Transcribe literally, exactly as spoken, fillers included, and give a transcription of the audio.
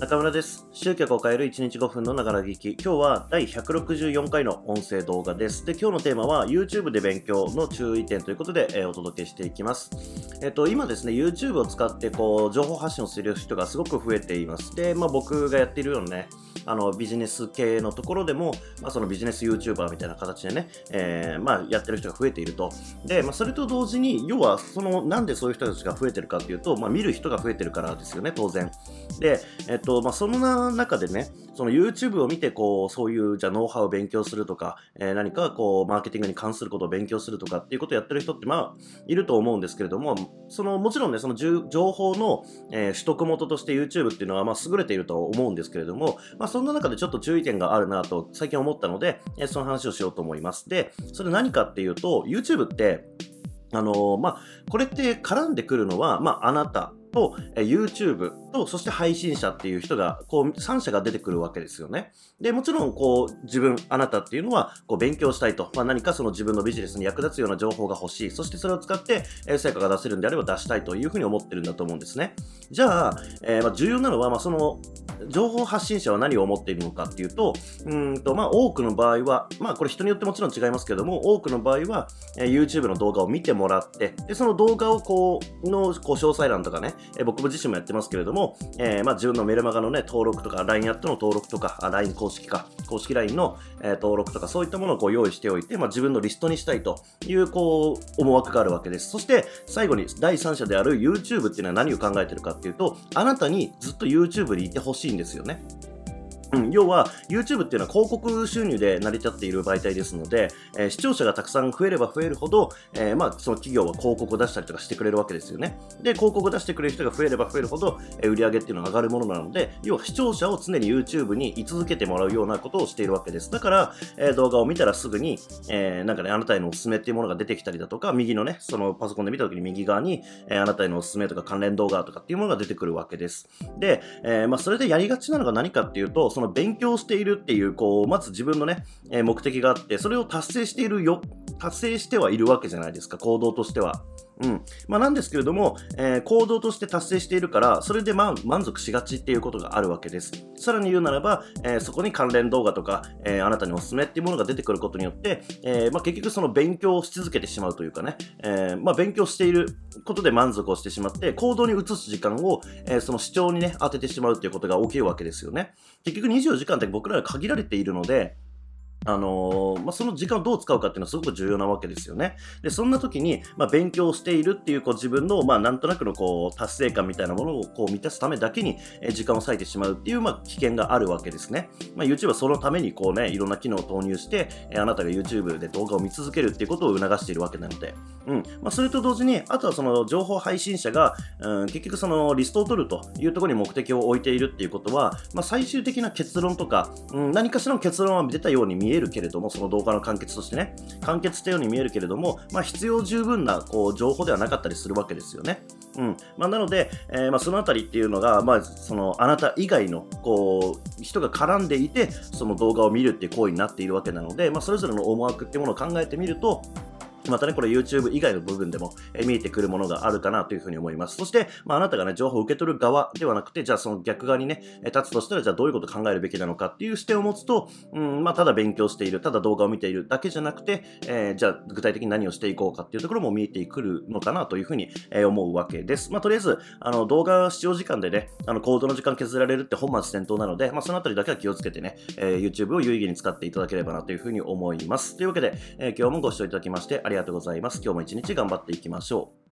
中村です。集客を変えるいちにちごふんのながら聞き。今日はだいひゃくろくじゅうよんかいの音声動画です。で、今日のテーマは YouTube で勉強の注意点ということで、えーお届けしていきます。えっと、今ですね、YouTube を使ってこう、情報発信をする人がすごく増えています。で、まあ僕がやっているようなね、あの、ビジネス系のところでも、まあそのビジネス YouTuber みたいな形でね、えーまあやってる人が増えていると。で、まあそれと同時に、要はその、なんでそういう人たちが増えてるかっていうと、まあ見る人が増えてるからですよね、当然。で、えっと、まあ、その中でね、その YouTube を見て、こう、そういう、じゃあ、ノウハウを勉強するとか、えー何か、こう、マーケティングに関することを勉強するとかっていうことをやってる人って、まあ、いると思うんですけれども、その、もちろんね、そのじゅ情報の、えー取得元として YouTube っていうのは、まあ、優れているとは思うんですけれども、まあ、そんな中でちょっと注意点があるなと、最近思ったので、えーその話をしようと思います。で、それ何かっていうと、YouTube って、あのーまあ、これって絡んでくるのは、まあ、あなたと、えー YouTube と、そして配信者っていう人が、こう、さん社が出てくるわけですよね。で、もちろん、こう、自分、あなたっていうのは、こう、勉強したいと。まあ、何かその自分のビジネスに役立つような情報が欲しい。そしてそれを使って、えー成果が出せるんであれば出したいというふうに思ってるんだと思うんですね。じゃあ、えーまあ、重要なのは、まあ、その、情報発信者は何を思っているのかっていうと、うーんと、まあ、多くの場合は、まあ、これ人によってもちろん違いますけども、多くの場合は、えー YouTube の動画を見てもらって、で、その動画をこう、の、こう、詳細欄とかね、えー僕も自身もやってますけれども、えーまあ、自分のメルマガのね、登録とか、ライン アットの登録とか、あ ライン 公式か、公式 ライン の、えー登録とか、そういったものをこう用意しておいて、まあ、自分のリストにしたいという、こう、思惑があるわけです。そして、最後に第三者である YouTube っていうのは何を考えてるかっていうと、あなたにずっと YouTube にいてほしいんですよね。うん、要は YouTube っていうのは広告収入で成り立っている媒体ですので、えー視聴者がたくさん増えれば増えるほど、えーまあ、その企業は広告を出したりとかしてくれるわけですよね。で、広告を出してくれる人が増えれば増えるほど、えー売り上げっていうのが上がるものなので、要は視聴者を常に YouTube に居続けてもらうようなことをしているわけです。だから、えー動画を見たらすぐに、えーなんかね、あなたへのおすすめっていうものが出てきたりだとか、右のね、そのパソコンで見た時に右側に、えーあなたへのおすすめとか関連動画とかっていうものが出てくるわけです。で、えーまあ、それでやりがちなのが何かっていうと、その勉強しているっていう、こう、まず自分のね、えー目的があって、それを達成しているよ、達成してはいるわけじゃないですか、行動としては。うん。まあ、なんですけれども、えー行動として達成しているから、それでまあ満足しがちっていうことがあるわけです。さらに言うならば、えーそこに関連動画とか、えーあなたにおすすめっていうものが出てくることによって、えーまあ、結局その勉強をし続けてしまうというかね、えーまあ、勉強していることで満足をしてしまって、行動に移す時間を、えーその主張にね、当ててしまうっていうことが起きるわけですよね。結局にじゅうよじかんって僕らは限られているので、あのーまあ、その時間をどう使うかっていうのはすごく重要なわけですよね。で、そんな時に、まあ、勉強しているっていうこう自分の、まあ、なんとなくのこう達成感みたいなものをこう満たすためだけに、えー時間を割いてしまうっていう、まあ、危険があるわけですね。まあ、YouTube はそのためにこうね、いろんな機能を投入して、えーあなたが YouTube で動画を見続けるっていうことを促しているわけなので。うん。まあ、それと同時に、あとはその情報配信者が、うん、結局そのリストを取るというところに目的を置いているっていうことは、まあ、最終的な結論とか、うん、何かしらの結論は出たように見えるけれども、その動画の完結としてね、完結したように見えるけれども、まあ、必要十分なこう情報ではなかったりするわけですよね。うんまあ、なので、えーまあ、そのあたりっていうのが、まあ、そのあなた以外のこう人が絡んでいて、その動画を見るっていう行為になっているわけなので、まあ、それぞれの思惑っていうものを考えてみると、またね、これ YouTube 以外の部分でも、えー見えてくるものがあるかなというふうに思います。そして、まあ、あなたがね、情報を受け取る側ではなくて、じゃあその逆側にね、えー立つとしたら、じゃあどういうことを考えるべきなのかっていう視点を持つと、うん、まあ、ただ勉強している、ただ動画を見ているだけじゃなくて、えーじゃあ具体的に何をしていこうかっていうところも見えてくるのかなというふうに、えー思うわけです。まあ、とりあえず、あの、動画視聴時間でね、あの、コードの時間削られるって本末転倒なので、まあ、そのあたりだけは気をつけてね、えー YouTube を有意義に使っていただければなというふうに思います。というわけで、えー今日もご視聴いただきましてありがとうございます。今日も一日頑張っていきましょう。